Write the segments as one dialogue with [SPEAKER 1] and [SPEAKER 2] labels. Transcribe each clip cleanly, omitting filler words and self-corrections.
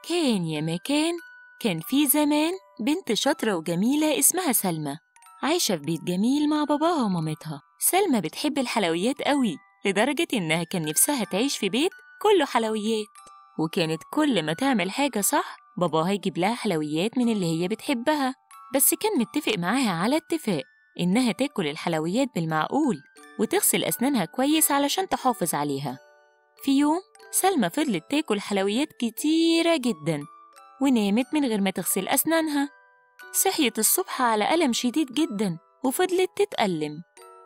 [SPEAKER 1] كان يا مكان، كان في زمان بنت شاطرة وجميلة اسمها سلمى، عايشة في بيت جميل مع باباها ومامتها. سلمى بتحب الحلويات قوي لدرجة إنها كان نفسها تعيش في بيت كله حلويات، وكانت كل ما تعمل حاجة صح باباها يجيب لها حلويات من اللي هي بتحبها. بس كان متفق معاها على اتفاق إنها تاكل الحلويات بالمعقول وتغسل أسنانها كويس علشان تحافظ عليها. في يوم سلمى فضلت تاكل حلويات كتيرة جدا ونامت من غير ما تغسل أسنانها. صحيت الصبح على ألم شديد جدا وفضلت تتألم.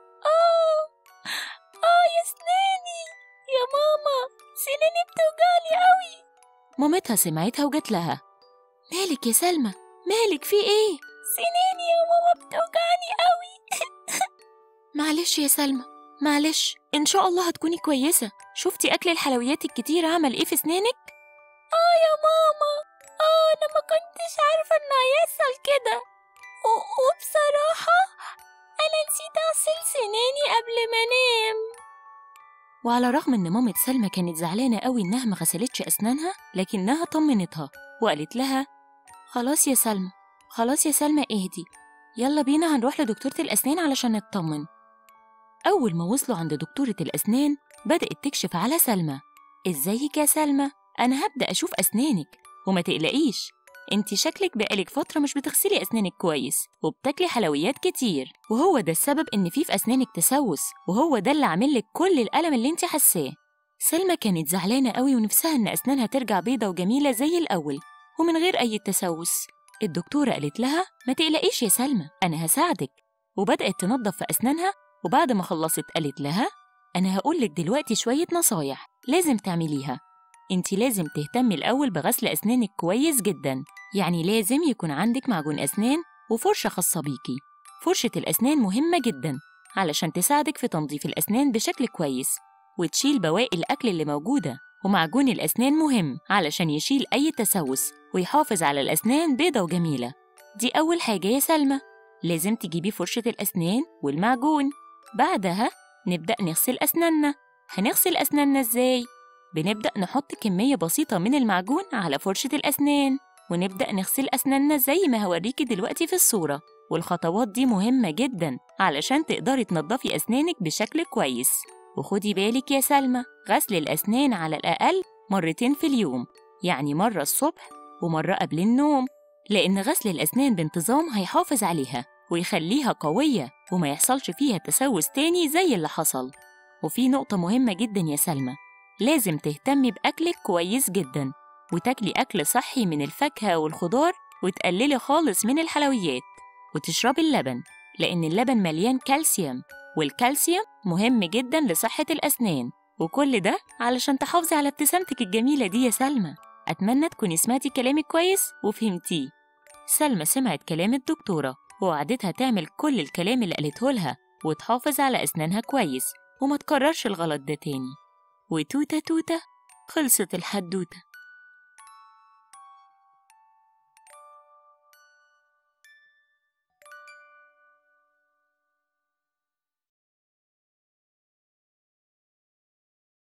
[SPEAKER 1] يا سناني يا ماما، سناني بتوجعني قوي. مامتها سمعتها وجت لها. مالك يا سلمى؟ مالك في ايه؟ سناني يا ماما بتوجعني قوي. معلش يا سلمى، معلش، ان شاء الله هتكوني كويسة. شفتي أكل الحلويات الكتير عمل ايه في سنانك؟ يا ماما، انا ما كنتش عارفة انه هيحصل كده، وبصراحة انا نسيت اغسل سناني قبل ما انام. وعلى الرغم إن مامة سلمى كانت زعلانة قوي إنها ما غسلتش أسنانها، لكنها طمنتها وقالت لها خلاص يا سلمى، خلاص يا سلمى اهدي، يلا بينا هنروح لدكتورة الأسنان علشان نطمن. أول ما وصلوا عند دكتورة الأسنان بدأت تكشف على سلمى. إزيك يا سلمى؟ أنا هبدأ أشوف أسنانك، وما تقلقيش، انتي شكلك بقالك فترة مش بتغسلي أسنانك كويس وبتاكلي حلويات كتير، وهو ده السبب إن في أسنانك تسوس، وهو ده اللي عاملك كل الألم اللي انتي حاساه. سلمى كانت زعلانة قوي ونفسها إن أسنانها ترجع بيضة وجميلة زي الأول ومن غير أي تسوس. الدكتورة قالت لها ما تقلقيش يا سلمى، أنا هساعدك، وبدأت تنظف في أسنانها. وبعد ما خلصت قالت لها أنا هقولك دلوقتي شوية نصايح لازم تعمليها. انتي لازم تهتمي الأول بغسل أسنانك كويس جدا، يعني لازم يكون عندك معجون أسنان وفرشة خاصة بيكي. فرشة الأسنان مهمة جدا علشان تساعدك في تنظيف الأسنان بشكل كويس وتشيل بواقي الأكل اللي موجودة، ومعجون الأسنان مهم علشان يشيل أي تسوس ويحافظ على الأسنان بيضة وجميلة. دي أول حاجة يا سلمى، لازم تجيبي فرشة الأسنان والمعجون. بعدها نبدأ نغسل أسناننا. هنغسل أسناننا إزاي؟ بنبدأ نحط كمية بسيطة من المعجون على فرشة الأسنان ونبدأ نغسل أسناننا زي ما هوريكي دلوقتي في الصورة. والخطوات دي مهمة جدا علشان تقدري تنضفي أسنانك بشكل كويس. وخدي بالك يا سلمى، غسل الأسنان على الأقل مرتين في اليوم، يعني مرة الصبح ومرة قبل النوم، لأن غسل الأسنان بانتظام هيحافظ عليها ويخليها قوية وما يحصلش فيها تسوس تاني زي اللي حصل. وفي نقطة مهمة جدا يا سلمى، لازم تهتمي بأكلك كويس جدا وتاكلي أكل صحي من الفاكهة والخضار، وتقللي خالص من الحلويات، وتشربي اللبن لأن اللبن مليان كالسيوم، والكالسيوم مهم جدا لصحة الأسنان. وكل ده علشان تحافظي على ابتسامتك الجميلة دي يا سلمى. أتمنى تكوني سمعتي كلامك كويس وفهمتيه. سلمى سمعت كلام الدكتورة ووعدتها تعمل كل الكلام اللي قالته لها وتحافظ على أسنانها كويس وما تكررش الغلط ده تاني. وتوتة توتة خلصت الحدوتة.